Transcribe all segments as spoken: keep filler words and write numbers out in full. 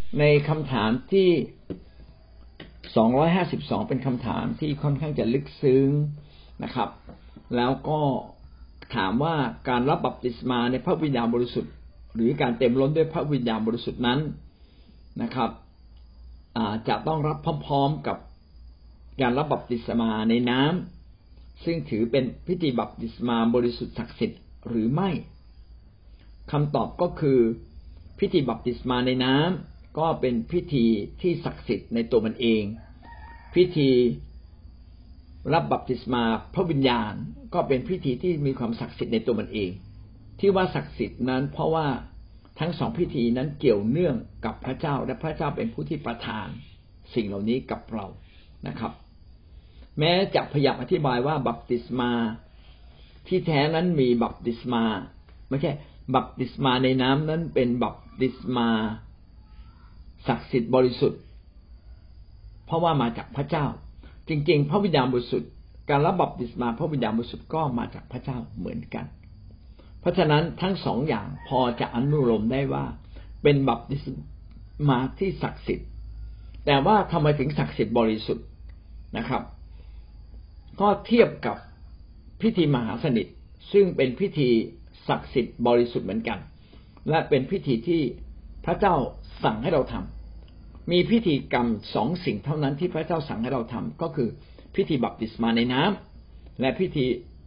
ในคำถามที่สองร้อยห้าสิบสองเป็นคำถามที่ค่อนข้างจะลึกซึ้งนะครับแล้วก็ถามว่าการรับบัพติศมาในพระวิญญาณบริสุทธิ์หรือการเต็มล้นด้วยพระวิญญาณบริสุทธิ์นั้นนะครับจะต้องรับพร้อมๆกับการรับบัพติศมาในน้ำซึ่งถือเป็นพิธีบัพติศมาบริสุทธิ์ศักดิ์สิทธิ์หรือไม่คำตอบก็คือพิธีบัพติศมาในน้ำก็เป็นพิธีที่ศักดิ์สิทธิ์ในตัวมันเองพิธีรับบัพติศมาพระวิญญาณก็เป็นพิธีที่มีความศักดิ์สิทธิ์ในตัวมันเองที่ว่าศักดิ์สิทธิ์นั้นเพราะว่าทั้งสองพิธีนั้นเกี่ยวเนื่องกับพระเจ้าและพระเจ้าเป็นผู้ที่ประทานสิ่งเหล่านี้กับเรานะครับแม้จะพยายามอธิบายว่าบัพติศมาที่แท้นั้นมีบัพติศมาไม่ใช่บัพติศมาในน้ำนั้นเป็นบัพติศมาศักดิ์สิทธิ์บริสุทธิ์เพราะว่ามาจากพระเจ้าจริงๆพระวิญญาณบริสุทธิ์การรับบัพติศมาพระวิญญาณบริสุทธิ์ก็มาจากพระเจ้าเหมือนกันเพราะฉะนั้นทั้งสองอย่างพอจะอนุโลมได้ว่าเป็นบัพติศมาที่ศักดิ์สิทธิ์แต่ว่าทำไมถึงศักดิ์สิทธิ์บริสุทธิ์นะครับก็เทียบกับพิธีมหาสนิทซึ่งเป็นพิธีศักดิ์สิทธิ์บริสุทธิ์เหมือนกันและเป็นพิธีที่พระเจ้าสั่งให้เราทำมีพิธีกรรมสองสิ่งเท่านั้นที่พระเจ้าสั่งให้เราทำก็คือพิธีบัพติศมาในน้ำและพิธี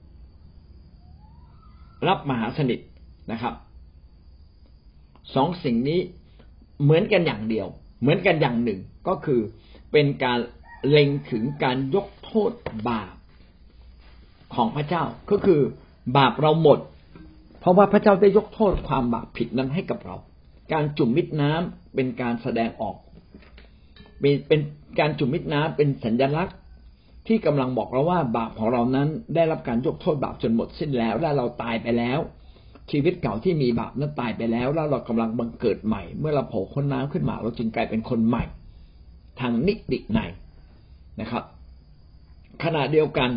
รับมหาสนิทนะครับสองสิ่งนี้เหมือนกันอย่างเดียวเหมือนกันอย่างหนึ่งก็คือเป็นการเล็งถึงการยกโทษบาปของพระเจ้าก็คือบาปเราหมดเพราะว่าพระเจ้าได้ยกโทษความบาปผิดนั้นให้กับเราการจุ่มมิดน้ำเป็นการแสดงออกเป็นการจุ่มมิดน้ำเป็นสัญลักษณ์ที่กำลังบอกเราว่าบาปของเรานั้นได้รับการยกโทษบาปจนหมดสิ้นแล้วและเราตายไปแล้วชีวิตเก่าที่มีบาปนั้นตายไปแล้วแล้วเรากำลังบังเกิดใหม่เมื่อเราโผล่พ้นน้ำขึ้นมาเราจึงกลายเป็นคนใหม่ทางนิติในนะครับขณะเดียวกัน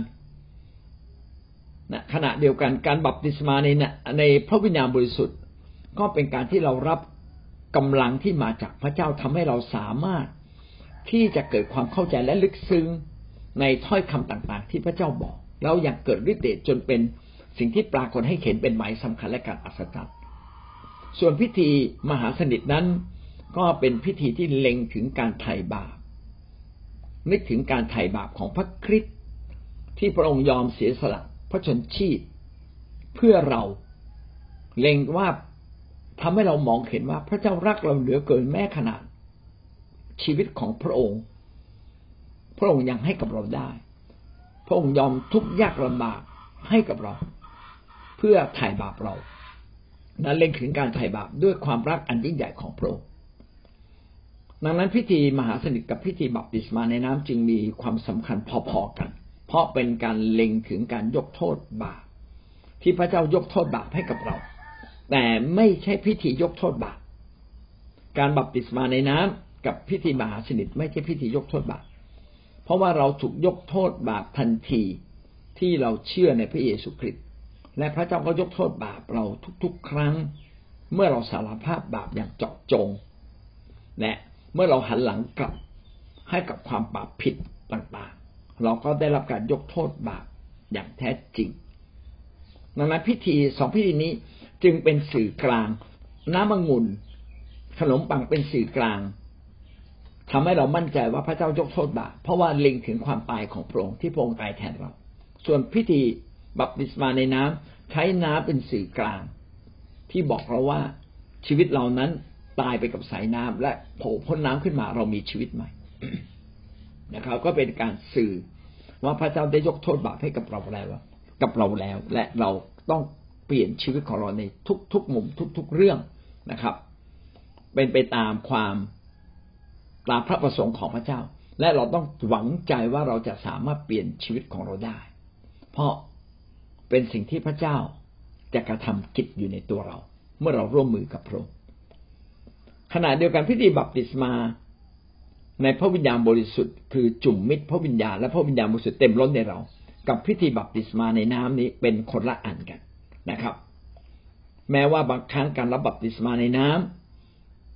นะขณะเดียวกันการบัพติศมาในในพระวิญญาณบริสุทธิ์ก็เป็นการที่เรารับกำลังที่มาจากพระเจ้าทำให้เราสามารถที่จะเกิดความเข้าใจและลึกซึ้งในถ้อยคำต่างๆที่พระเจ้าบอกแล้วยังเกิดฤทธิ์เดชจนเป็นสิ่งที่ปรากฏให้เห็นเป็นหมายสำคัญและการอัศจรรย์ส่วนพิธีมหาสนิทนั้นก็เป็นพิธีที่เล็งถึงการไถ่บาปนึกถึงการไถ่บาปของพระคริสต์ที่พระองค์ยอมเสียสละพระชนชีพเพื่อเราเล็งว่าทำให้เรามองเห็นว่าพระเจ้ารักเราเหลือเกินแม้ขนาดชีวิตของพระองค์พระองค์ยังให้กับเราได้พระองค์ยอมทุกข์ยากลำบากให้กับเราเพื่อไถ่บาปเรานั้นเล็งถึงการไถ่บาปด้วยความรักอันยิ่งใหญ่ของพระองค์ดังนั้นพิธีมหาสนิทกับพิธีบัพติศมาในน้ำจึงมีความสำคัญพอๆกันเพราะเป็นการเล็งถึงการยกโทษบาปที่พระเจ้ายกโทษบาปให้กับเราแต่ไม่ใช่พิธียกโทษบาปการบัพติศมาในน้ำกับพิธีมหาสนิทไม่ใช่พิธียกโทษบาปเพราะว่าเราถูกยกโทษบาปทันทีที่เราเชื่อในพระเยซูคริสต์และพระเจ้าก็ยกโทษบาปเราทุกๆครั้งเมื่อเราสารภาพบาปอย่างเจาะจงและเมื่อเราหันหลังกลับให้กับความบาปผิดต่างๆเราก็ได้รับการยกโทษบาปอย่างแท้จริงดังนั้นพิธีสองพิธีนี้จึงเป็นสื่อกลางน้ำองุ่นขนมปังเป็นสื่อกลางทำให้เรามั่นใจว่าพระเจ้ายกโทษบาปเพราะว่าเล็งถึงความตายของพระองค์ที่พระองค์ตายแทนเราส่วนพิธีบัพติศมาในน้ำใช้น้ำเป็นสื่อกลางที่บอกเราว่าชีวิตเรานั้นตายไปกับสายน้ำและโผล่พ้นน้ำขึ้นมาเรามีชีวิตใหม่ นะครับก็เป็นการสื่อว่าพระเจ้าได้ยกโทษบาปให้กับเราแล้วกับเราแล้วและเราต้องเปลี่ยนชีวิตของเราในทุกๆมุมทุกๆเรื่องนะครับเป็นไปตามความตามพระประสงค์ของพระเจ้าและเราต้องหวังใจว่าเราจะสามารถเปลี่ยนชีวิตของเราได้เพราะเป็นสิ่งที่พระเจ้าจะกระทำกิจอยู่ในตัวเราเมื่อเราร่วมมือกับพระองค์ขณะเดียวกันพิธีบัพติศมาในพระวิญญาณบริสุทธิ์คือจุ่มมิดพระวิญญาณและพระวิญญาณบริสุทธิ์เต็มล้นในเรากับพิธีบัพติศมาในน้ำนี้เป็นคนละอันกันนะครับแม้ว่าบางครั้งการรับบัพติศมาในน้ำ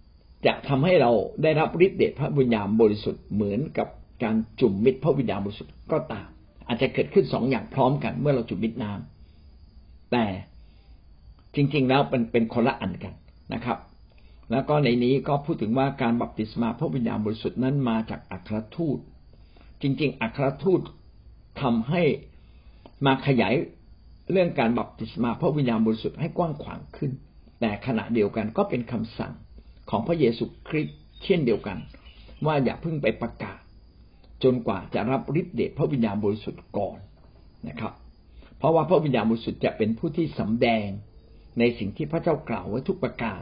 จะทำให้เราได้รับฤทธิ์เดชพระวิญญาณบริสุทธิ์เหมือนกับการจุ่มมิตรพระวิญญาณบริสุทธิ์ก็ตามอาจจะเกิดขึ้นสองอย่างพร้อมกันเมื่อเราจุ่มมิตรน้ำแต่จริงๆแล้วเป็นเป็นคนละอันกันนะครับแล้วก็ในนี้ก็พูดถึงว่าการบัพติศมาพระวิญญาณบริสุทธิ์นั้นมาจากอัครทูตจริงๆอัครทูตทำให้มาขยายเรื่องการบัพติศมาพระวิญญาณบริสุทธิ์ให้กว้างขวางขึ้นแต่ขณะเดียวกันก็เป็นคำสั่งของพระเยซูคริสต์เช่นเดียวกันว่าอย่าเพิ่งไปประกาศจนกว่าจะรับฤทธิ์เดชพระวิญญาณบริสุทธิ์ก่อนนะครับเพราะว่าพระวิญญาณบริสุทธิ์จะเป็นผู้ที่สำแดงในสิ่งที่พระเจ้ากล่าวไว้ทุกประการ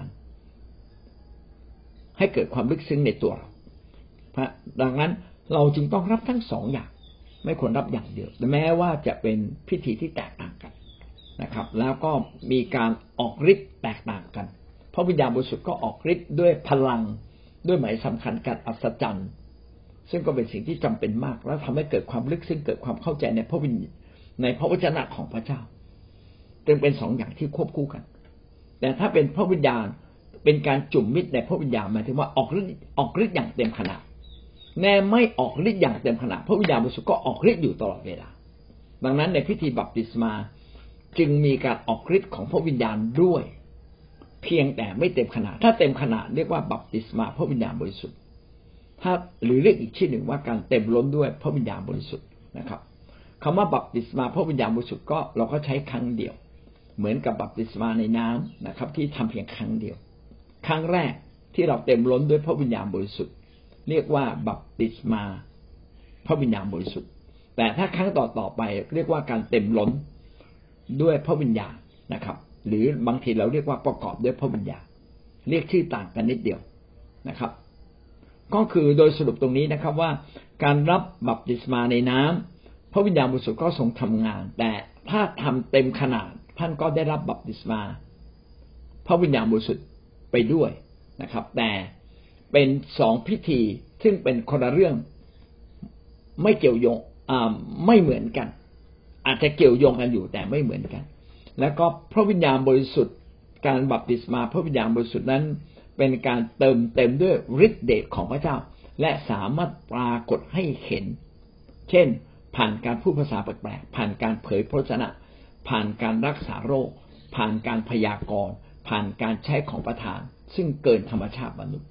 ให้เกิดความลึกซึ้งในตัวเราดังนั้นเราจึงต้องรับทั้งสองอย่างไม่ควรรับอย่างเดียวแม้ว่าจะเป็นพิธีที่แตกต่างกันนะครับแล้วก็มีการออกฤทธิ์แตกต่างกันพระวิญญาณบริสุทธิ์ก็ออกฤทธิ์ด้วยพลังด้วยหมายสำคัญการอัศจรรย์ซึ่งก็เป็นสิ่งที่จำเป็นมากและทำให้เกิดความลึกซึ้งเกิดความเข้าใจในพระวิญญาณในพระวจนะของพระเจ้าจึงเป็นสองอย่างที่ควบคู่กันแต่ถ้าเป็นพระวิญญาณเป็นการจุ่มมิตรในพระวิญญาณหมายถึงว่าออกฤทธิ์ออกฤทธิ์อย่างเต็มขนาดแน่ไม่ออกฤทธิ์อย่างเต็มขนาดพระวิญญาณบริสุทธิ์ก็ออกฤทธิ์อยู่ตลอดเวลาดังนั้นในพิธีบัพติศมาจึงมีการออกฤทธิ์ของพระวิญญาณด้วยเพียงแต่ไม่เต็มขนาดถ้าเต็มขนาดเรียกว่าบัพติศมาพระวิญญาณบริสุทธิ์ถ้าหรือเรียกอีกชื่อหนึ่งว่าการเต็มล้นด้วยพระวิญญาณบริสุทธิ์นะครับคำว่าบัพติศมาพระวิญญาณบริสุทธิ์ก็เราก็ใช้ครั้งเดียวเหมือนกับบัพติศมาในน้ำนะครับที่ทำเพียงครั้งเดียวครั้งแรกที่เราเต็มล้นด้วยพระวิญญาณบริสุทธิ์เรียกว่าบัพติศมาพระวิญญาณบริสุทธิ์แต่ถ้าครั้งต่อๆไปเรียกว่าการเต็มล้นด้วยพระวิญญาณนะครับหรือบางทีเราเรียกว่าประกอบด้วยพระวิญญาณเรียกชื่อต่างกันนิดเดียวนะครับก็คือโดยสรุปตรงนี้นะครับว่าการรับบัพติศมาในน้ำพระวิญญาณบริสุทธิ์ก็ทรงทำงานแต่ถ้าทำเต็มขนาดท่านก็ได้รับบัพติศมาพระวิญญาณบริสุทธิ์ไปด้วยนะครับแต่เป็นสองพิธีซึ่งเป็นคนละเรื่องไม่เกี่ยวโยงอ่าไม่เหมือนกันอาจจะเกี่ยวโยงกันอยู่แต่ไม่เหมือนกันแล้วก็พระวิญญาณบริสุทธิ์การบัพติศมาพระวิญญาณบริสุทธิ์นั้นเป็นการเติมเต็มด้วยฤทธิ์เดชของพระเจ้าและสามารถปรากฏให้เห็นเช่นผ่านการพูดภาษาแปลกๆผ่านการเผยพระวจนะผ่านการรักษาโรคผ่านการพยากรณ์ผ่านการใช้ของประทานซึ่งเกินธรรมชาติมนุษย์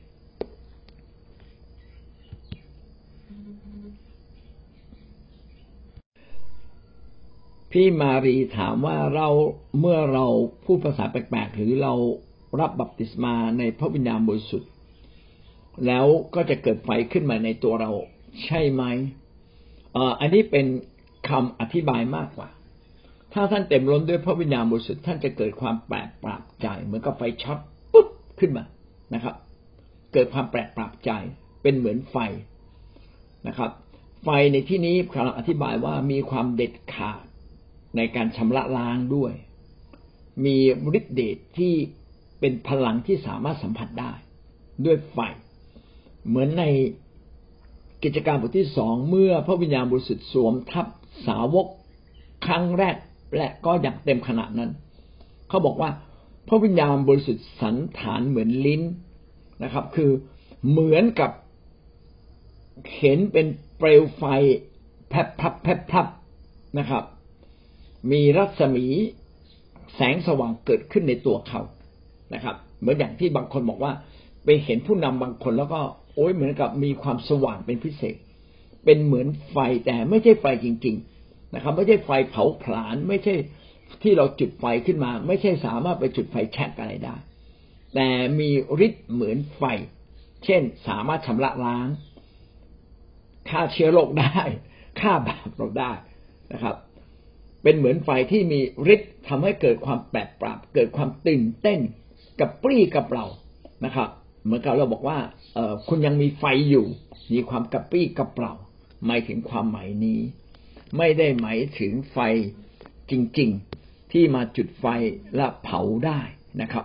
พี่มารีถามว่าเราเมื่อเราพูดภาษาแปลกๆหรือเรารับบัพติศมาในพระวิญญาณบริสุทธิ์แล้วก็จะเกิดไฟขึ้นมาในตัวเราใช่ไหมเอ่ออันนี้เป็นคำอธิบายมากกว่าถ้าท่านเต็มล้นด้วยพระวิญญาณบริสุทธิ์ท่านจะเกิดความแปลกประหลาดใจเหมือนกับไฟช็อตปุ๊บขึ้นมานะครับเกิดความแปลกประหลาดใจเป็นเหมือนไฟนะครับไฟในที่นี้กำลังอธิบายว่ามีความเด็ดขาดในการชำระล้างด้วยมีฤทธิ์เดชที่เป็นพลังที่สามารถสัมผัสได้ด้วยไฟเหมือนในกิจการบทที่สองเมื่อพระวิญญาณบริสุทธิ์สวมทับสาวกครั้งแรกและก็อย่างเต็มขนาดนั้นเขาบอกว่าพระวิญญาณบริสุทธิ์สันฐานเหมือนลิ้นนะครับคือเหมือนกับเห็นเป็นเปลวไฟแผลบพับแผลบพับนะครับมีรัศมีแสงสว่างเกิดขึ้นในตัวเขานะครับเหมือนอย่างที่บางคนบอกว่าไปเห็นผู้นำบางคนแล้วก็โอ้ยเหมือนกับมีความสว่างเป็นพิเศษเป็นเหมือนไฟแต่ไม่ใช่ไฟจริงๆนะครับไม่ใช่ไฟเผาผลาญไม่ใช่ที่เราจุดไฟขึ้นมาไม่ใช่สามารถไปจุดไฟแช็กอะไรได้แต่มีฤทธิ์เหมือนไฟเช่นสามารถชำระล้างฆ่าเชื้อโรคได้ฆ่าบาปเราได้นะครับเป็นเหมือนไฟที่มีฤทธิ์ทำให้เกิดความแปลกประหลาดเกิดความตื่นเต้นกับปรี้กับเรานะครับเหมือนกับเราบอกว่าเอ่อคุณยังมีไฟอยู่มีความกระปรี้กระเปร่าหมายถึงความหมายนี้ไม่ได้หมายถึงไฟจริงๆที่มาจุดไฟและเผาได้นะครับ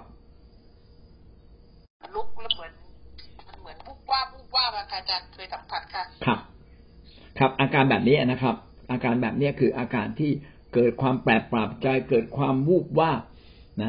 ลุกแล้วเหมือนมันเหมือนวุบว่าบวุบว่าบอาจารย์เคยสัมผัสค่ะครับครับอาการแบบนี้นะครับอาการแบบนี้คืออาการที่เกิดความแปลกประหลาดใจเกิดความวูบวาบนะ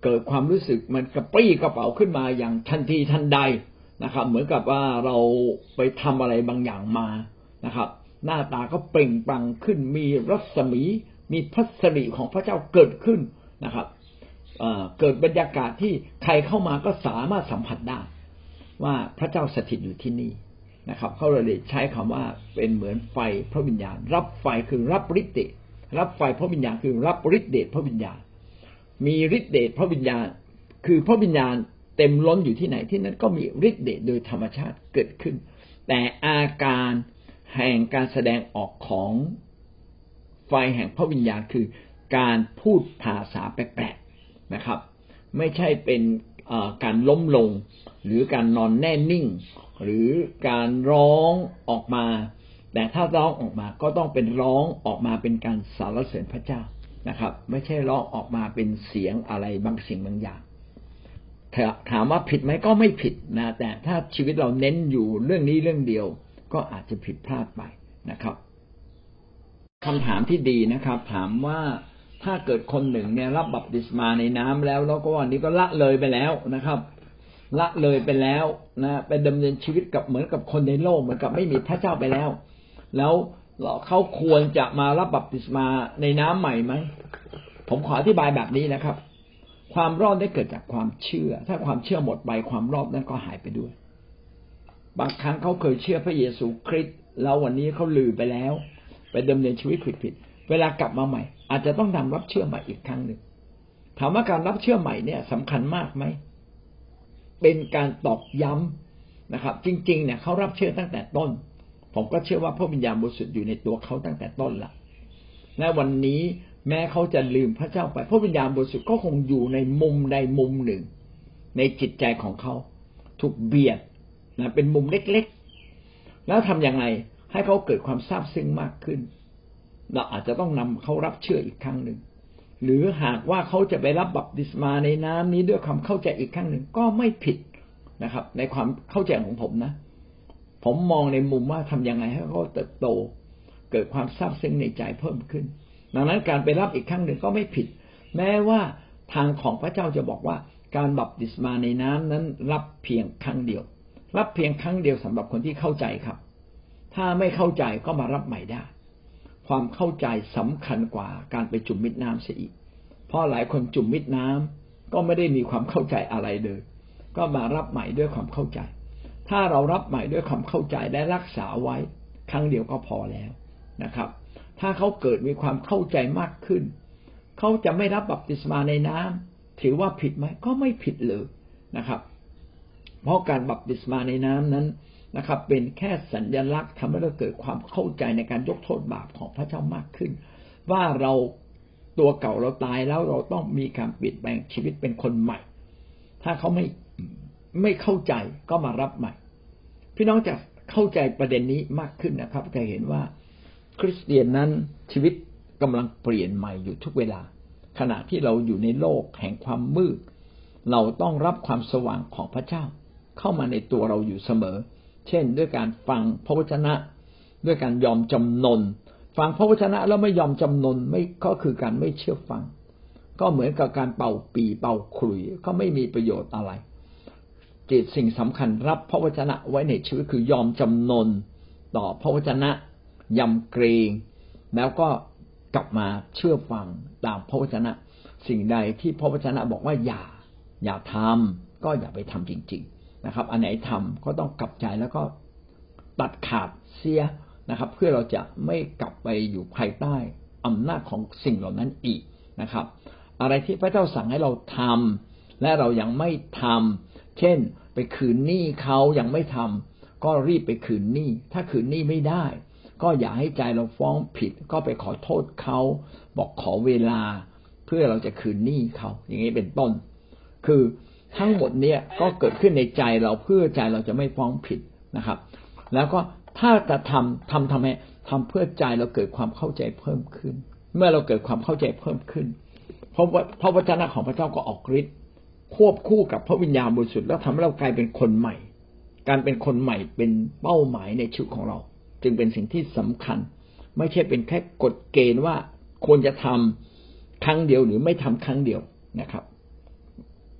เกิดความรู้สึกมันกระปรี้กระเป๋าขึ้นมาอย่างทันทีทันใดนะครับเหมือนกับว่าเราไปทำอะไรบางอย่างมานะครับหน้าตาก็เปล่งปลั่งขึ้นมีรัศมีมีพัสริของพระเจ้าเกิดขึ้นนะครับเอ่อเกิดบรรยากาศที่ใครเข้ามาก็สามารถสัมผัสได้ว่าพระเจ้าสถิตอยู่ที่นี่นะครับเขาเลยใช้คำว่าเป็นเหมือนไฟพระวิญญาณรับไฟคือรับฤทธิ์เดชรับไฟพระวิญญาณคือรับฤทธิ์เดชพระวิญญาณมีฤทธิ์เดชพระวิญญาณคือพระวิญญาณเต็มล้นอยู่ที่ไหนที่นั้นก็มีฤทธิ์เดชโดยธรรมชาติเกิดขึ้นแต่อาการแห่งการแสดงออกของไฟแห่งพระวิญญาณคือการพูดภาษาแปลกๆนะครับไม่ใช่เป็นการล้มลงหรือการนอนแน่นิ่งหรือการร้องออกมาแต่ถ้าร้องออกมาก็ต้องเป็นร้องออกมาเป็นการสรรเสริญพระเจ้านะครับไม่ใช่ร้องออกมาเป็นเสียงอะไรบางสิ่งบางอย่างถามว่าผิดไหมก็ไม่ผิดนะแต่ถ้าชีวิตเราเน้นอยู่เรื่องนี้เรื่องเดียวก็อาจจะผิดพลาดไปนะครับคำถามที่ดีนะครับถามว่าถ้าเกิดคนหนึ่งเนี่ยรับบัพติศมาในน้ำแล้วแล้วก็วันนี้ก็ละเลยไปแล้วนะครับละเลยไปแล้วนะไปดำเนินชีวิตกับเหมือนกับคนในโลกเหมือนกับไม่มีพระเจ้าไปแล้วแล้วเขาควรจะมารับบัพติศมาในน้ำใหม่ไหมผมขออธิบายแบบนี้นะครับความรอดได้เกิดจากความเชื่อถ้าความเชื่อหมดไปความรอดนั้นก็หายไปด้วยบางครั้งเขาเคยเชื่อพระเยซูคริสต์แล้ววันนี้เขาลืมไปแล้วไปดำเนินชีวิตผิดๆเวลากลับมาใหม่อาจจะต้องนำรับเชื่อใหม่อีกครั้งหนึ่งถามว่าการรับเชื่อใหม่เนี่ยสำคัญมากไหมเป็นการตอกย้ำนะครับจริงๆเนี่ยเขารับเชื่อตั้งแต่ต้นผมก็เชื่อว่าพระวิญญาณบริสุทธิ์อยู่ในตัวเขาตั้งแต่ต้นละและวันนี้แม้เขาจะลืมพระเจ้าไปพระวิญญาณบริสุทธิ์ก็คงอยู่ในมุมใดมุมหนึ่งในจิตใจของเขาถูกเบียดนะเป็นมุมเล็กๆแล้วทำยังไงให้เขาเกิดความซาบซึ้งมากขึ้นเราอาจจะต้องนำเขารับเชื่ออีกครั้งหนึ่งหรือหากว่าเขาจะไปรับบัพติศมาในน้ำนี้ด้วยความเข้าใจอีกครั้งหนึ่งก็ไม่ผิดนะครับในความเข้าใจของผมนะผมมองในมุมว่าทำยังไงให้เขาเติบโตเกิดความซาบซึ้งในใจเพิ่มขึ้นดังนั้นการไปรับอีกครั้งหนึ่งก็ไม่ผิดแม้ว่าทางของพระเจ้าจะบอกว่าการบัพติศมาในน้ำนั้นรับเพียงครั้งเดียวรับเพียงครั้งเดียวสำหรับคนที่เข้าใจครับถ้าไม่เข้าใจก็มารับใหม่ได้ความเข้าใจสำคัญกว่าการไปจุ่มมิดน้ำเสียอีกเพราะหลายคนจุ่มมิดน้ำก็ไม่ได้มีความเข้าใจอะไรเลยก็มารับใหม่ด้วยความเข้าใจถ้าเรารับใหม่ด้วยความเข้าใจและรักษาไว้ครั้งเดียวก็พอแล้วนะครับถ้าเขาเกิดมีความเข้าใจมากขึ้นเขาจะไม่รับบัพติศมาในน้ำถือว่าผิดไหมก็ไม่ผิดเลยนะครับเพราะการบัพติศมาในน้ำนั้นนะครับเป็นแค่สัญลักษณ์ทำให้เราเกิดความเข้าใจในการยกโทษบาปของพระเจ้ามากขึ้นว่าเราตัวเก่าเราตายแล้วเราต้องมีการเปลี่ยนแปลงชีวิตเป็นคนใหม่ถ้าเขาไม่ไม่เข้าใจก็มารับใหม่พี่น้องจะเข้าใจประเด็นนี้มากขึ้นนะครับจะเห็นว่าคริสเตียนนั้นชีวิตกำลังเปลี่ยนใหม่อยู่ทุกเวลาขณะที่เราอยู่ในโลกแห่งความมืดเราต้องรับความสว่างของพระเจ้าเข้ามาในตัวเราอยู่เสมอเช่นด้วยการฟังพระวจนะด้วยการยอมจำนนฟังพระวจนะแล้วไม่ยอมจำนนไม่ก็คือการไม่เชื่อฟังก็เหมือนกับการเป่าปีเป่าขลุ่ยก็ไม่มีประโยชน์อะไรจิตสิ่งสำคัญรับพระวจนะไว้ในชีวิตคือยอมจำนนต่อพระวจนะยำเกรงแล้วก็กลับมาเชื่อฟังตามพระวจนะสิ่งใดที่พระวจนะบอกว่าอย่าอย่าทำก็อย่าไปทำจริงๆนะครับอันไหนทำก็ต้องกลับใจแล้วก็ตัดขาดเสียนะครับเพื่อเราจะไม่กลับไปอยู่ภายใต้อำนาจของสิ่งเหล่านั้นอีกนะครับอะไรที่พระเจ้าสั่งให้เราทำและเรายังไม่ทำเช่นไปคืนหนี้เขายังไม่ทำก็รีบไปคืนหนี้ถ้าคืนหนี้ไม่ได้ก็อย่าให้ใจเราฟ้องผิดก็ไปขอโทษเขาบอกขอเวลาเพื่อเราจะคืนหนี้เขาอย่างนี้เป็นต้นคือทั้งหมดเนี่ยก็เกิดขึ้นในใจเราเพื่อใจเราจะไม่ฟ้องผิดนะครับแล้วก็ถ้าจะทำทำทำไมทำเพื่อใจเราเกิดความเข้าใจเพิ่มขึ้นเมื่อเราเกิดความเข้าใจเพิ่มขึ้นเพราะว่าพระวจนะของพระเจ้าก็ออกฤทธิ์ควบคู่กับพระวิญญาณบริสุทธิ์แล้วทำให้เรากลายเป็นคนใหม่การเป็นคนใหม่เป็นเป้าหมายในชีวิตของเราจึงเป็นสิ่งที่สำคัญไม่ใช่เป็นแค่กฎเกณฑ์ว่าควรจะทำครั้งเดียวหรือไม่ทำครั้งเดียวนะครับ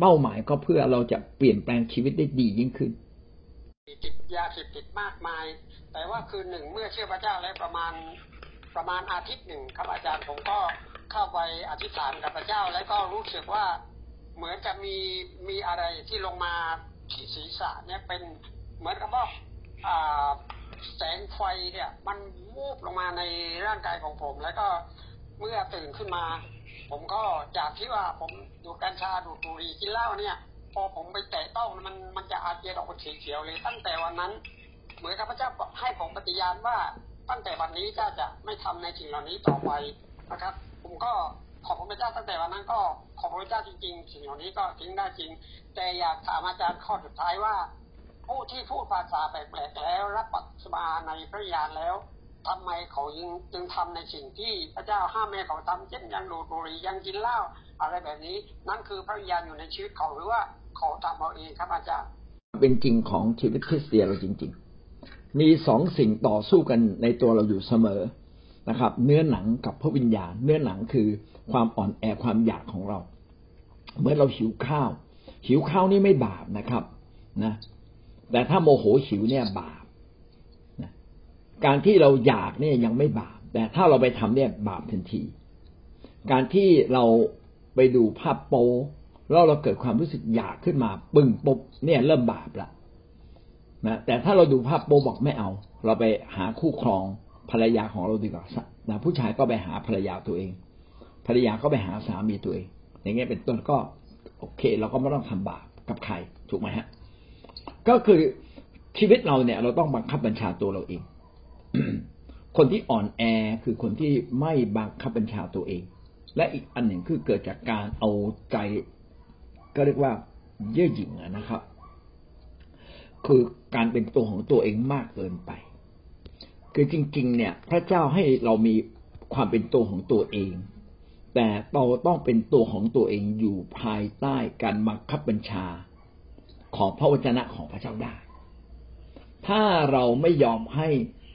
เป้าหมายก็เพื่อเราจะเปลี่ยนแปลงชีวิตได้ดียิ่งขึ้นติดยาเสพติดมากมายแต่ว่าคือหนึ่งเมื่อเชื่อพระเจ้าแล้วประมาณประมาณอาทิตย์หนึ่งครับอาจารย์ผมก็เข้าไปอธิษฐานกับพระเจ้าแล้วก็รู้สึกว่าเหมือนกับมีมีอะไรที่ลงมาที่ศีรษะเนี่ยเป็นเหมือนกับว่าแสงไฟเนี่ยมันวูบลงมาในร่างกายของผมแล้วก็เมื่อตื่นขึ้นมาผมก็จากที่ว่าผมดูดกัญชาดูดบุหรี่กินเหล้าเนี่ยพอผมไปแตะต้องมันมันจะอาเจียนออกเป็นสีเขียวเลยตั้งแต่วันนั้นเหมือนกับพระเจ้าให้ผมปฏิญาณว่าตั้งแต่วันนี้ก็จะไม่ทำในสิ่งเหล่านี้ต่อไปนะครับผมก็ขอบพระเจ้าตั้งแต่วันนั้นก็ขอบพระเจ้าจริงๆสิ่งเหล่านี้ก็ทิ้งได้จริงแต่อยากถามอาจารย์ข้อสุดท้ายว่าผู้ที่พูดภาษาแปลกๆแล้วรับบัพติศมาในพระวิญญาณแล้วทำไมเขาจึงจึงทำในสิ่งที่พระเจ้าห้ามไม่ให้เขาทำเช่นยังดูดบุหรี่ยังกินเหล้าอะไรแบบนี้นั่นคือพระวิญญาณอยู่ในชีวิตเขาหรือว่าเขาทำเอาเองครับอาจารย์เป็นจริงของชีวิตคริสเตียนเราจริงๆมีสองสิ่งต่อสู้กันในตัวเราอยู่เสมอนะครับเนื้อหนังกับพระวิญญาณเนื้อหนังคือความอ่อนแอความอยากของเราเมื่อเราหิวข้าวหิวข้าวนี่ไม่บาปนะครับนะแต่ถ้าโมโหหิวเนี่ยบาปนะการที่เราอยากเนี่ยยังไม่บาปแต่ถ้าเราไปทำเนี่ยบาปทันทีการที่เราไปดูภาพโป๊แล้วเราเกิดความรู้สึกอยากขึ้นมาปึ้งปุ๊บเนี่ยเริ่มบาปละนะแต่ถ้าเราดูภาพโป๊บอกไม่เอาเราไปหาคู่ครองภรรยาของเราดีกว่านะผู้ชายก็ไปหาภรรยาตัวเองภรรยาก็ไปหาสามีตัวเองอย่างเงี้ยเป็นต้นก็โอเคเราก็ไม่ต้องทำบาปกับใครถูกไหมฮะก็คือชีวิตเราเนี่ยเราต้องบังคับบัญชาตัวเราเอง คนที่อ่อนแอคือคนที่ไม่บังคับบัญชาตัวเองและอีกอันหนึ่งคือเกิดจากการเอาใจก็เรียกว่าเย่อหยิ่งนะครับคือการเป็นตัวของตัวเองมากเกินไปคือจริงๆเนี่ยพระเจ้าให้เรามีความเป็นตัวของตัวเองแต่เราต้องเป็นตัวของตัวเองอยู่ภายใต้การบังคับบัญชาของพระวจนะของพระเจ้าได้ถ้าเราไม่ยอมให้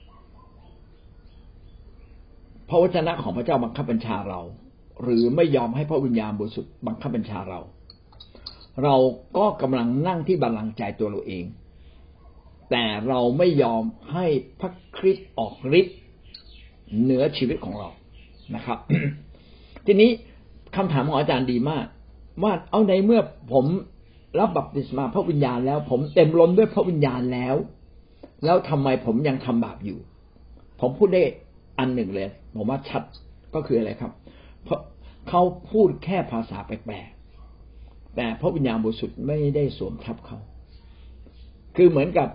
พระวจนะของพระเจ้าบังคับบัญชาเราหรือไม่ยอมให้พระวิญญาณบริสุทธิ์บังคับบัญชาเราเราก็กำลังนั่งที่บัลลังก์ใจตัวเราเองแต่เราไม่ยอมให้พระคริสต์ออกฤทธิ์เหนือชีวิตของเรานะครับ ทีนี้คำถามของอาจารย์ดีมากว่าเอาในเมื่อผมรับบัพติศมาพระวิญญาณแล้วผมเต็มล้นด้วยพระวิญญาณแล้วแล้วทำไมผมยังทำบาปอยู่ผมพูดได้อันหนึ่งเลยผมว่าชัดก็คืออะไรครับเพราะเขาพูดแค่ภาษาแปลกๆแต่พระวิญญาณบริสุทธิ์ไม่ได้สวมทับเขาคือเหมือนกับ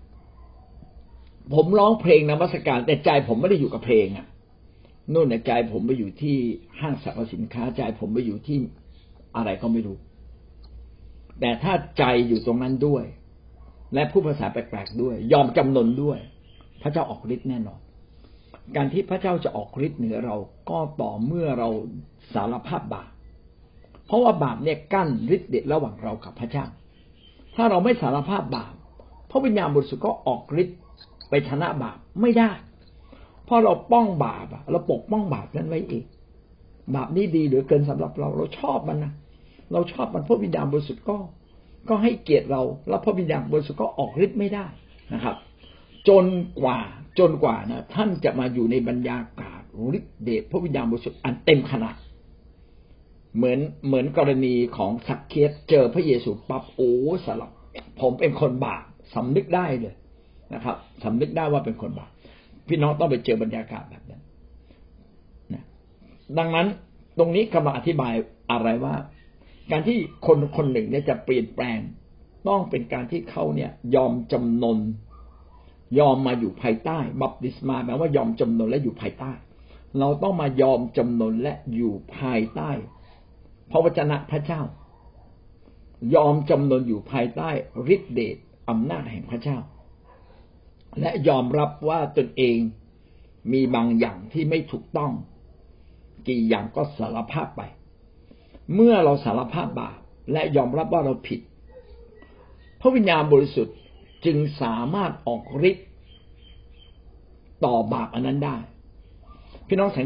ผมร้องเพลงนมัสการแต่ใจผมไม่ได้อยู่กับเพลงอ่ะนู่นในใจผมไปอยู่ที่ห้างสรรพสินค้าใจผมไปอยู่ที่อะไรก็ไม่รู้แต่ถ้าใจอยู่ตรงนั้นด้วยและพูดภาษาแปลกๆด้วยยอมจำนนด้วยพระเจ้าออกฤทธิ์แน่นอนการที่พระเจ้าจะออกฤทธิ์เหนือเราก็ต่อเมื่อเราสารภาพบาปเพราะว่าบาปเนี่ยกั้นฤทธิ์เดชระหว่างเรากับพระเจ้าถ้าเราไม่สารภาพบาปพระวิญญาณบริสุทธิ์ก็ออกฤทธิ์ไปชนะบาปไม่ได้เพราะเราป้องบาปเราปกป้องบาปนั้นไว้เองบาปนี้ดีเหลือเกินสำหรับเราเราชอบมันนะเราชอบมันพระวิญญาณบริสุทธิ์ก็ก็ให้เกียรติเราแล้วพระวิญญาณบริสุทธิ์ก็ออกฤทธิ์ไม่ได้นะครับจนกว่าจนกว่านะท่านจะมาอยู่ในบรรยากาศฤทธิ์เดชพระวิญญาณบริสุทธิ์อันเต็มขนาดเหมือนเหมือนกรณีของซักเคียสเจอพระเยซูปั๊บโอ้สลับผมเป็นคนบาปสำนึกได้เลยนะครับสำนึกได้ว่าเป็นคนบาปพี่น้องต้องไปเจอบรรยากาศแบบนั้นนะดังนั้นตรงนี้กำลังอธิบายอะไรว่าการที่คนคนหนึ่งเนี่ยจะเปลี่ยนแปลงต้องเป็นการที่เขาเนี่ยยอมจำนนยอมมาอยู่ภายใต้บัพติศมาแปลว่ายอมจำนนและอยู่ภายใต้เราต้องมายอมจำนนและอยู่ภายใต้พระวจนะพระเจ้ายอมจำนนอยู่ภายใต้ฤทธิเดชอำนาจแห่งพระเจ้าและยอมรับว่าตนเองมีบางอย่างที่ไม่ถูกต้องกี่อย่างก็สารภาพไปเมื่อเราสารภาพบาปและยอมรับว่าเราผิดพระวิญญาณบริสุทธิ์จึงสามารถออกฤทธิ์ต่อบาปอันนั้นได้พี่น้องสังเกต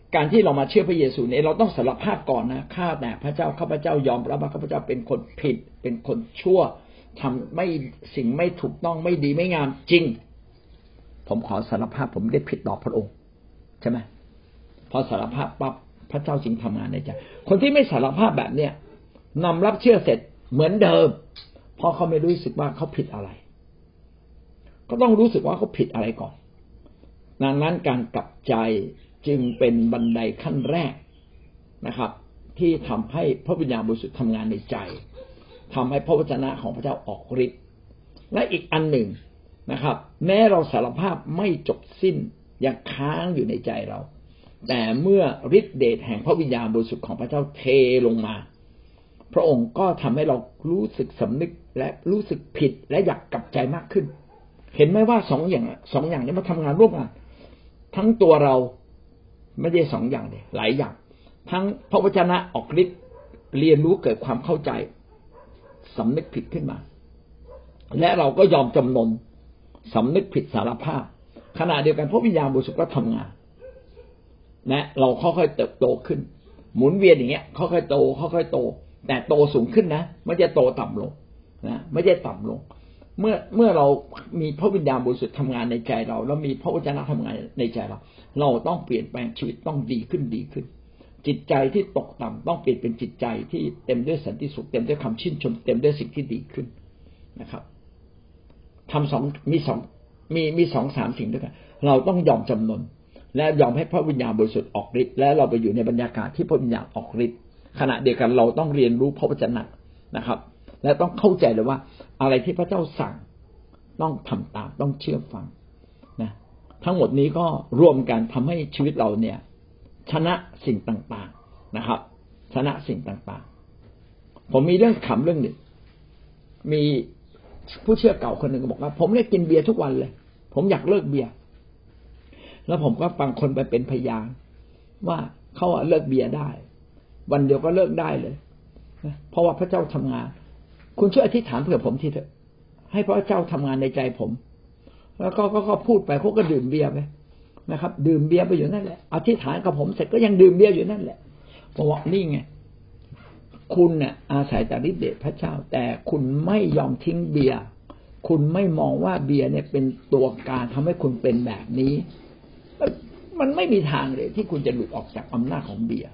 การที่เรามาเชื่อพระเยซูเนี่ยเราต้องสารภาพก่อนนะข้าแต่พระเจ้าข้าพเจ้ายอมรับว่าข้าพเจ้าเป็นคนผิดเป็นคนชั่วทำไม่สิ่งไม่ถูกต้องไม่ดีไม่งามจริงผมขอสารภาพผมได้ผิดต่อพระองค์ใช่ไหมพอสารภาพปั๊บพระเจ้าจึงทำงานในใจคนที่ไม่สารภาพแบบเนี้ยนำรับเชื่อเสร็จเหมือนเดิมเพราะเขาไม่รู้สึกว่าเขาผิดอะไรก็ต้องรู้สึกว่าเขาผิดอะไรก่อนดังนั้นการกลับใจจึงเป็นบันไดขั้นแรกนะครับที่ทำให้พระวิญญาณบริสุทธิ์ทำงานในใจทำให้พระวจนะของพระเจ้าออกฤทธิ์และอีกอันหนึ่งนะครับแม้เราสารภาพไม่จบสิ้นยังค้างอยู่ในใจเราแต่เมื่อฤทธิ์เดชแห่งพระวิญญาณบริสุทธิ์ของพระเจ้าเทลงมาพระองค์ก็ทำให้เรารู้สึกสำนึกและรู้สึกผิดและอยากกลับใจมากขึ้นเห็นไหมว่าสองอย่างสองอย่างนี้มาทำงานร่วมกันทั้งตัวเราไม่ได้สองอย่างเลยหลายอย่างทั้งพระวจนะออกฤทธิ์เรียนรู้เกิดความเข้าใจสำนึกผิดขึ้นมาและเราก็ยอมจำนนสำนึกผิดสารภาพขณะเดียวกันพระวิญญาณบริสุทธิ์ก็ทำงานและเราค่อยๆเติบโตขึ้นหมุนเวียนอย่างเงี้ยค่อยๆโตค่อยๆโตแต่โตสูงขึ้นนะไม่ใช่โตต่ำลงนะไม่ใช่ต่ำลงเมื่อเมื่อเรามีพระวิญญาณบริสุทธิ์ทำงานในใจเราแล้วมีพระวจนะทำงานในใจเราเราต้องเปลี่ยนแปลงชีวิตต้องดีขึ้นดีขึ้นจิตใจที่ตกต่ำต้องเปลี่ยนเป็นจิตใจที่เต็มด้วยสันติสุขเต็มด้วยคำชื่นชมเต็มด้วยสิ่งที่ดีขึ้นนะครับทำสองมีสองมีมีสองสามสิ่งด้วยกันเราต้องยอมจำนนและยอมให้พระวิญญาณบริสุทธิ์ออกฤทธิ์และเราไปอยู่ในบรรยากาศที่พระวิญญาณออกฤทธิ์ขณะเดียวกันเราต้องเรียนรู้พระวจนะนะครับและต้องเข้าใจเลยว่าอะไรที่พระเจ้าสั่งต้องทำตามต้องเชื่อฟังนะทั้งหมดนี้ก็รวมกันทำให้ชีวิตเราเนี่ยชนะสิ่งต่างๆนะครับชนะสิ่งต่างๆผมมีเรื่องขำเรื่องหนึ่งมีผู้เชื่อเก่าคนหนึ่งบอกว่าผมเนี่ยกินเบียร์ทุกวันเลยผมอยากเลิกเบียร์แล้วผมก็ฟังคนไปเป็นพยานว่าเขาเลิกเบียร์ได้วันเดียวก็เลิกได้เลยเพราะว่าพระเจ้าทำงานคุณช่วยอธิษฐานเผื่อผมทีเถอะให้พระเจ้าทำงานในใจผมแล้วก็ก็พูดไปเขาก็ดื่มเบียร์ไปนะครับดื่มเบียร์ไปอยู่นั่นแหละอธิษฐานกับผมเสร็จก็ยังดื่มเบียร์อยู่นั่นแหละเพราะว่านี่ไงคุณเนี่ยอาศัยแต่ฤทธิ์เดชพระเจ้าแต่คุณไม่ยอมทิ้งเบียร์คุณไม่มองว่าเบียร์เนี่ยเป็นตัวการทำให้คุณเป็นแบบนี้มันไม่มีทางเลยที่คุณจะหลุดออกจากอำนาจของเบียร์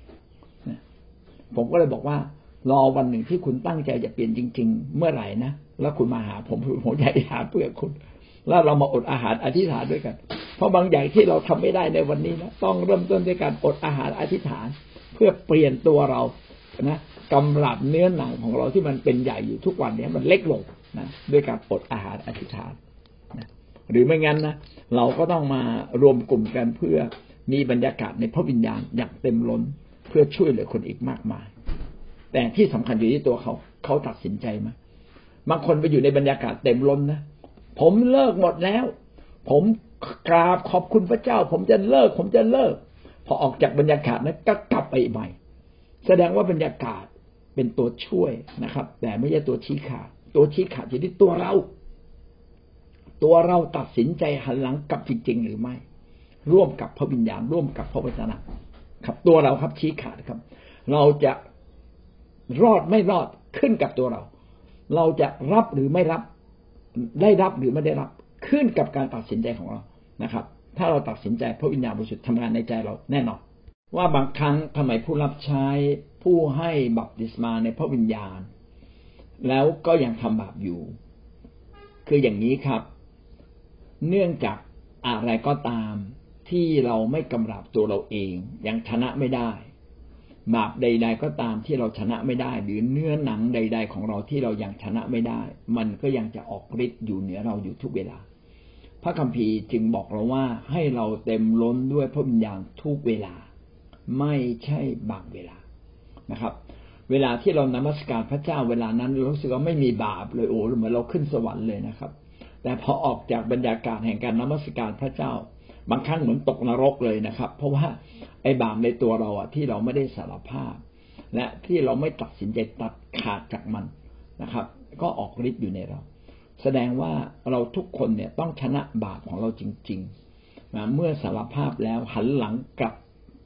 ผมก็เลยบอกว่ารอวันหนึ่งที่คุณตั้งใจจะเปลี่ยนจริงๆเมื่อไหร่นะแล้วคุณมาหาผมผมจะอธิษฐานเพื่อคุณแล้วเรามาอดอาหารอธิษฐานด้วยกันเพราะบางอย่างที่เราทำไม่ได้ในวันนี้นะต้องเริ่มต้นด้วยการอดอาหารอธิษฐานเพื่อเปลี่ยนตัวเรานะกำลับเนื้อหนังของเราที่มันเป็นใหญ่อยู่ทุกวันนี้มันเล็กลงนะด้วยการอดอาหารอธิษฐานนะหรือไม่งั้นนะเราก็ต้องมารวมกลุ่มกันเพื่อมีบรรยากาศในพระวิญญาณอย่างเต็มล้นเพื่อช่วยเหลือคนอีกมากมายแต่ที่สำคัญอยู่ที่ตัวเขาเขาตัดสินใจไหมบางคนไปอยู่ในบรรยากาศเต็มล้นนะผมเลิกหมดแล้วผมกราบขอบคุณพระเจ้าผมจะเลิกผมจะเลิกพอออกจากบรรยากาศนั้นก็กลับไปใหม่แสดงว่าบรรยากาศเป็นตัวช่วยนะครับแต่ไม่ใช่ตัวชี้ขาดตัวชี้ขาดอยู่ที่ตัวเราตัวเราตัดสินใจหันหลังกลับจริงๆหรือไม่ร่วมกับพระวิญญาณร่วมกับพระวจนะครับตัวเราครับชี้ขาดครับเราจะรอดไม่รอดขึ้นกับตัวเราเราจะรับหรือไม่รับได้รับหรือไม่ได้รับขึ้นกับการตัดสินใจของเรานะครับถ้าเราตัดสินใจพระวิญญาณบริสุทธิ์ทำงานในใจเราแน่นอนว่าบางครั้งทำไมผู้รับใช้ผู้ให้บัพติศมาในพระวิญญาณแล้วก็ยังทำบาปอยู่คืออย่างนี้ครับเนื่องจากอะไรก็ตามที่เราไม่กำราบตัวเราเองยังชนะไม่ได้บาปใดๆก็ตามที่เราชนะไม่ได้หรือเนื้อหนังใดๆของเราที่เรายังชนะไม่ได้มันก็ยังจะออกฤทธิ์อยู่เหนือเราอยู่ทุกเวลาพระคัมภีร์จึงบอกเราว่าให้เราเต็มล้นด้วยพระวิญญาณทุกเวลาไม่ใช่บางเวลานะครับเวลาที่เรานมัสการพระเจ้าเวลานั้นรู้สึกว่าไม่มีบาปเลยโอ้เหมือนเราขึ้นสวรรค์เลยนะครับแต่พอออกจากบรรยากาศแห่งการนมัสการพระเจ้าบางครั้งเหมือนตกนรกเลยนะครับเพราะว่าไอ้บาปในตัวเราอ่ะที่เราไม่ได้สารภาพและที่เราไม่ตัดสินใจตัดขาดจากมันนะครับก็ออกฤทธิ์อยู่ในเราแสดงว่าเราทุกคนเนี่ยต้องชนะบาปของเราจริงๆนะเมื่อสารภาพแล้วหันหลังกลับ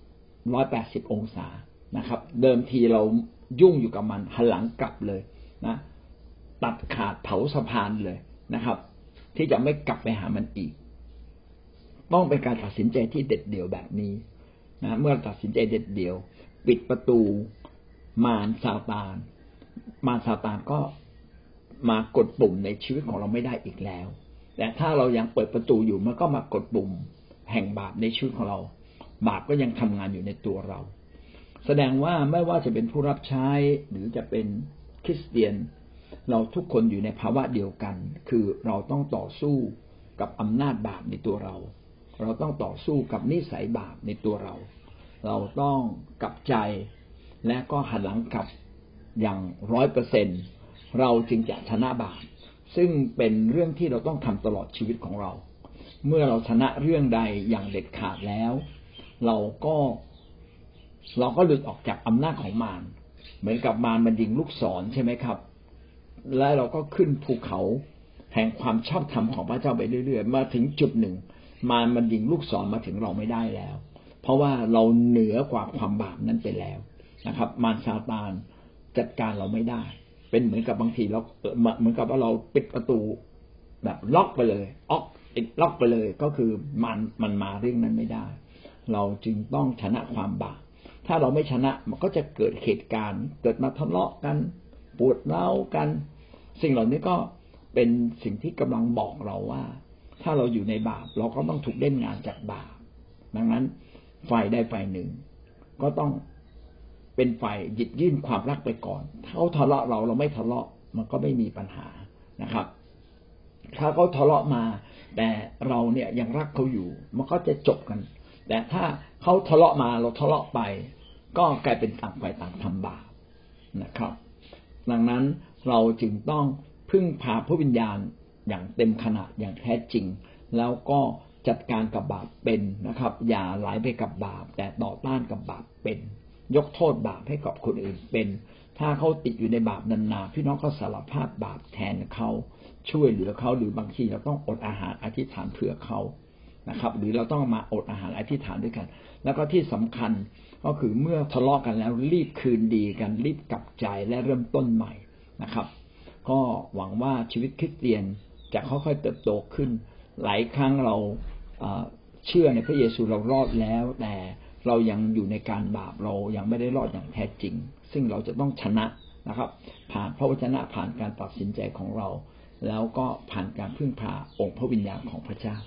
ร้อยแปดสิบองศานะครับเดิมทีเรายุ่งอยู่กับมันหันหลังกลับเลยนะตัดขาดเผาสะพานเลยนะครับที่จะไม่กลับไปหามันอีกต้องเป็นการตัดสินใจที่เด็ดเดี่ยวแบบนี้นะเมื่อตัดสินใจเด็ดเดี่ยวปิดประตูมารซาตานมารซาตานก็มากดปุ่มในชีวิตของเราไม่ได้อีกแล้วแต่ถ้าเรายังเปิดประตูอยู่มันก็มากดปุ่มแห่งบาปในชีวิตของเราบาปก็ยังทำงานอยู่ในตัวเราแสดงว่าไม่ว่าจะเป็นผู้รับใช้หรือจะเป็นคริสเตียนเราทุกคนอยู่ในภาวะเดียวกันคือเราต้องต่อสู้กับอำนาจบาปในตัวเราเราต้องต่อสู้กับนิสัยบาปในตัวเราเราต้องกลับใจและก็หันหลังกลับอย่างร้อยเปอร์เซ็นต์เราจึงจะชนะบาปซึ่งเป็นเรื่องที่เราต้องทำตลอดชีวิตของเราเมื่อเราชนะเรื่องใดอย่างเด็ดขาดแล้วเราก็เราก็หลุดออกจากอำนาจของมารเหมือนกับมารมันยิงลูกศรใช่ไหมครับและเราก็ขึ้นภูเขาแห่งความชอบธรรมของพระเจ้าไปเรื่อยๆมาถึงจุดหนึ่งมารมันยิงลูกศรมาถึงเราไม่ได้แล้วเพราะว่าเราเหนือกว่าความบาปนั้นไปแล้วนะครับมารซาตานจัดการเราไม่ได้เป็นเหมือนกับบางทีเราเหมือนกับว่าเราปิดประตูแบบล็อกไปเลยออกติดล็อกไปเลยก็คือมันมันมาเรื่องนั้นไม่ได้เราจึงต้องชนะความบาปถ้าเราไม่ชนะมันก็จะเกิดเหตุการณ์เกิดมาทะเลาะกันปวดร้าวกันสิ่งเหล่านี้ก็เป็นสิ่งที่กำลังบอกเราว่าถ้าเราอยู่ในบาปเราก็ต้องถูกเล่นงานจากบาปดังนั้นฝ่ายใดฝ่ายหนึ่งก็ต้องเป็นฝ่ายหยิบยื่นความรักไปก่อนเขาทะเลาะเราเราไม่ทะเลาะมันก็ไม่มีปัญหานะครับถ้าเขาทะเลาะมาแต่เราเนี่ยยังรักเขาอยู่มันก็จะจบกันแต่ถ้าเขาทะเลาะมาเราทะเลาะไปก็กลายเป็นต่างฝ่ายต่างทำบาปนะครับดังนั้นเราจึงต้องพึ่งพาพระวิญญาณอย่างเต็มขนาดอย่างแท้จริงแล้วก็จัดการกับบาปเป็นนะครับอย่าไหลไปกับบาปแต่ต่อต้านกับบาปเป็นยกโทษบาปให้กับคนอื่นเป็นถ้าเขาติดอยู่ในบาปนานๆพี่น้องก็สารภาพบาปแทนเขาช่วยเหลือเขาหรือบางทีเราต้องอดอาหารอธิษฐานเผื่อเขานะครับหรือเราต้องมาอดอาหารอธิษฐานด้วยกันแล้วก็ที่สำคัญก็คือเมื่อทะเลาะกันแล้วรีบคืนดีกันรีบกลับใจและเริ่มต้นใหม่นะครับก็หวังว่าชีวิตคริสเตียนจะค่อยๆเติบโตขึ้นหลายครั้งเราเชื่อในพระเยซูเรารอดแล้วแต่เรายังอยู่ในการบาปเรายังไม่ได้รอดอย่างแท้จริงซึ่งเราจะต้องชนะนะครับผ่านพระวจนะผ่านการตัดสินใจของเราแล้วก็ผ่านการพึ่งพาองค์พระวิญญาณของพระเจ้า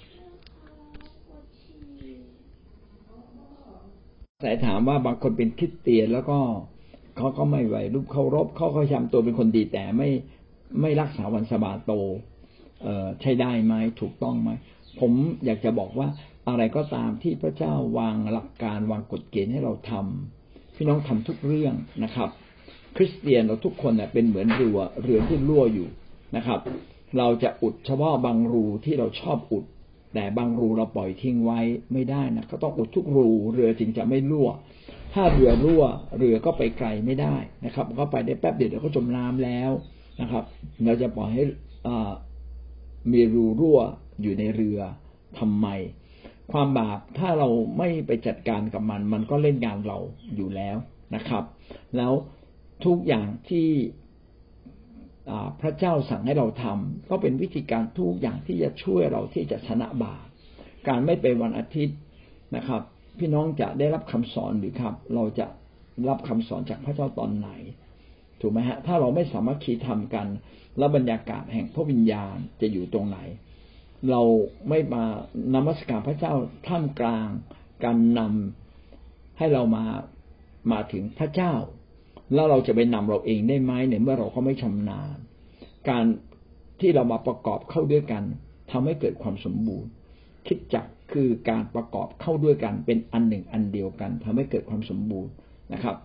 แต่ถามว่าบางคนเป็นคริสเตียนแล้วก็เขาก็ไม่ไหวรูปเคารพเขาก็ทำตัวเป็นคนดีแต่ไม่ไม่รักษาวันสะบาโตเอ่อใช้ได้ไหมถูกต้องไหมผมอยากจะบอกว่าอะไรก็ตามที่พระเจ้าวางหลักการวางกฎเกณฑ์ให้เราทำพี่น้องทำทุกเรื่องนะครับคริสเตียนเราทุกคนเนี่ยเป็นเหมือนเรือเรือที่รั่วอยู่นะครับเราจะอุดเฉพาะบางรูที่เราชอบอุดแต่บางรูเราปล่อยทิ้งไว้ไม่ได้นะก็ต้องอุดทุกรูเรือจึงจะไม่รั่วถ้าเรือรั่วเรือก็ไปไกลไม่ได้นะครับก็ไปได้แป๊บเดียวเดี๋ยวก็จมน้ำแล้วนะครับเราจะปล่อยให้มีรูรั่วอยู่ในเรือทำไมความบาปถ้าเราไม่ไปจัดการกับมันมันก็เล่นงานเราอยู่แล้วนะครับแล้วทุกอย่างที่พระเจ้าสั่งให้เราทำก็เป็นวิธีการทุกอย่างที่จะช่วยเราที่จะชนะบาปการไม่ไปวันอาทิตย์นะครับพี่น้องจะได้รับคำสอนหรือครับเราจะรับคำสอนจากพระเจ้าตอนไหนถูกไหมฮะถ้าเราไม่สามารถคีทำกันแล้วบรรยากาศแห่งพระวิญญาณจะอยู่ตรงไหนเราไม่มานมัสการพระเจ้าท่ามกลางการนำให้เรามามาถึงพระเจ้าแล้วเราจะไปนำเราเองได้ไหมเนี่ยเมื่อเราก็ไม่ชำนาญการที่เรามาประกอบเข้าด้วยกันทำให้เกิดความสมบูรณ์คริสตจักรคือการประกอบเข้าด้วยกันเป็นอันหนึ่งอันเดียวกันทำให้เกิดความสมบูรณ์นะครับ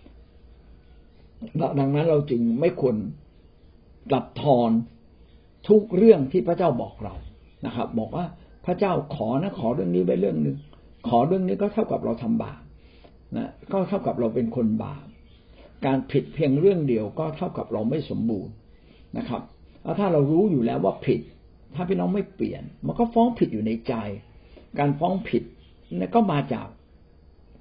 ดังนั้นเราจึงไม่ควรตัดทอนทุกเรื่องที่พระเจ้าบอกเรานะครับบอกว่าพระเจ้าขอนะขอเรื่องนี้ไว้เรื่องนึงขอเรื่องนี้ก็เท่ากับเราทำบาปนะก็เท่ากับเราเป็นคนบาปการผิดเพียงเรื่องเดียวก็เท่ากับเราไม่สมบูรณ์นะครับแล้วถ้าเรารู้อยู่แล้วว่าผิดถ้าพี่น้องไม่เปลี่ยนมันก็ฟ้องผิดอยู่ในใจการฟ้องผิดนี่ก็มาจาก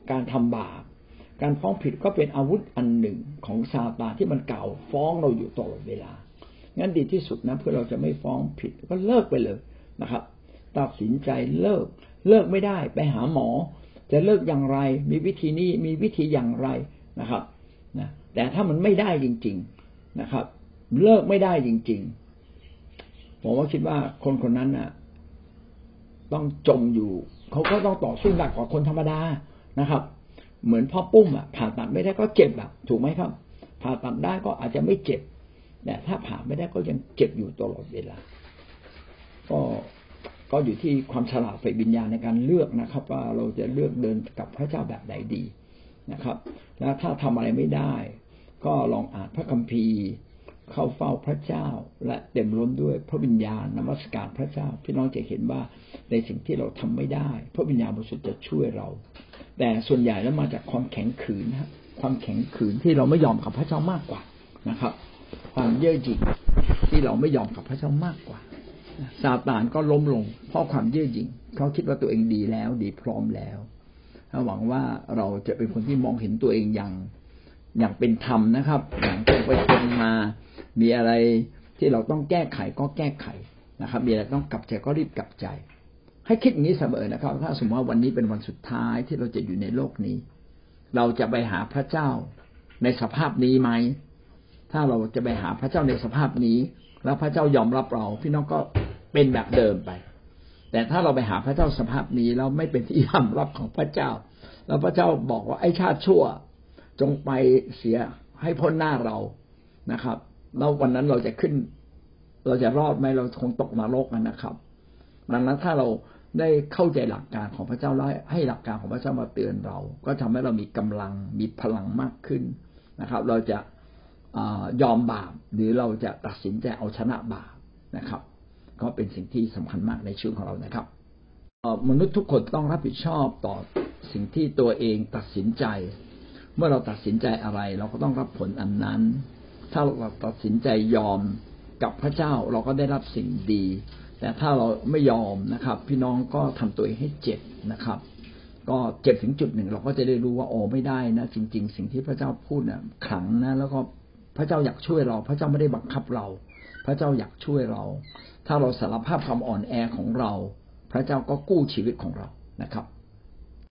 การทำบาปการฟ้องผิดก็เป็นอาวุธอันหนึ่งของซาตานที่มันกล่าวฟ้องเราอยู่ตลอดเวลางั้นดีที่สุดนะเพื่อเราจะไม่ฟ้องผิดก็เลิกไปเลยนะครับตัดสินใจเลิกเลิกไม่ได้ไปหาหมอจะเลิกอย่างไรมีวิธีนี้มีวิธีอย่างไรนะครับนะแต่ถ้ามันไม่ได้จริงๆนะครับเลิกไม่ได้จริงๆผมว่าคิดว่าคนคนนั้นน่ะต้องจมอยู่เขาก็ต้องต่อสู้หนักกว่าคนธรรมดานะครับเหมือนพ่อปุ้มอ่ะผ่าตัดไม่ได้ก็เจ็บอ่ะถูกไหมครับผ่าตัดได้ก็อาจจะไม่เจ็บแต่ถ้าผ่าไม่ได้ก็ยังเจ็บอยู่ตลอดเวลาก็ก็อยู่ที่ความฉลาดฝ่ายวิญญาณในการเลือกนะครับว่าเราจะเลือกเดินกับพระเจ้าแบบไหนดีนะครับแล้วถ้าทำอะไรไม่ได้ก็ลองอ่านพระคัมภีร์เข้าเฝ้าพระเจ้าและเต็มล้นด้วยพระวิญญาณนมัสการพระเจ้าพี่น้องจะเห็นว่าในสิ่งที่เราทำไม่ได้พระวิญญาณบริสุทธิ์จะช่วยเราแต่ส่วนใหญ่แล้วมาจากความแข็งขืนนะครับความแข็งขืนที่เราไม่ยอมกับพระเจ้ามากกว่านะครับความเย่อหยิ่งที่เราไม่ยอมกับพระเจ้ามากกว่าซาตานก็ล้มลงเพราะความเย่อหยิ่งเขาคิดว่าตัวเองดีแล้วดีพร้อมแล้วหวังว่าเราจะเป็นคนที่มองเห็นตัวเองอย่างอย่างเป็นธรรมนะครับอย่างตรงไปตรงมามีอะไรที่เราต้องแก้ไขก็แก้ไขนะครับมีอะไรต้องกลับใจก็รีบกลับใจให้คิดอย่างนี้เสมอนะครับถ้าสมมติว่าวันนี้เป็นวันสุดท้ายที่เราจะอยู่ในโลกนี้เราจะไปหาพระเจ้าในสภาพนี้ไหมถ้าเราจะไปหาพระเจ้าในสภาพนี้แล้วพระเจ้ายอมรับเราพี่น้องก็เป็นแบบเดิมไปแต่ถ้าเราไปหาพระเจ้าสภาพนี้แล้วไม่เป็นที่ยอมรับของพระเจ้าแล้วพระเจ้าบอกว่าไอ้ชาติชั่วจงไปเสียให้พ้นหน้าเรานะครับแล้ววันนั้นเราจะขึ้นเราจะรอดไหมเราคงตกนรกนะครับดังนั้นถ้าเราได้เข้าใจหลักการของพระเจ้าแล้วให้หลักการของพระเจ้ามาเตือนเราก็ทำให้เรามีกำลังมีพลังมากขึ้นนะครับเราจะยอมบาปหรือเราจะตัดสินใจเอาชนะบาปนะครับก็เป็นสิ่งที่สำคัญมากในชีวิตของเรานะครับมนุษย์ทุกคนต้องรับผิดชอบต่อสิ่งที่ตัวเองตัดสินใจเมื่อเราตัดสินใจอะไรเราก็ต้องรับผลอันนั้นถ้าเราตัดสินใจยอมกับพระเจ้าเราก็ได้รับสิ่งดีแต่ถ้าเราไม่ยอมนะครับพี่น้องก็ทำตัวเองให้เจ็บนะครับก็เจ็บถึงจุดหนึ่งเราก็จะได้รู้ว่าโอ้ไม่ได้นะจริงๆสิ่งที่พระเจ้าพูดน่ะขลังนะแล้วก็พระเจ้าอยากช่วยเราพระเจ้าไม่ได้บังคับเราพระเจ้าอยากช่วยเราถ้าเราสารภาพความอ่อนแอของเราพระเจ้าก็กู้ชีวิตของเรานะครับ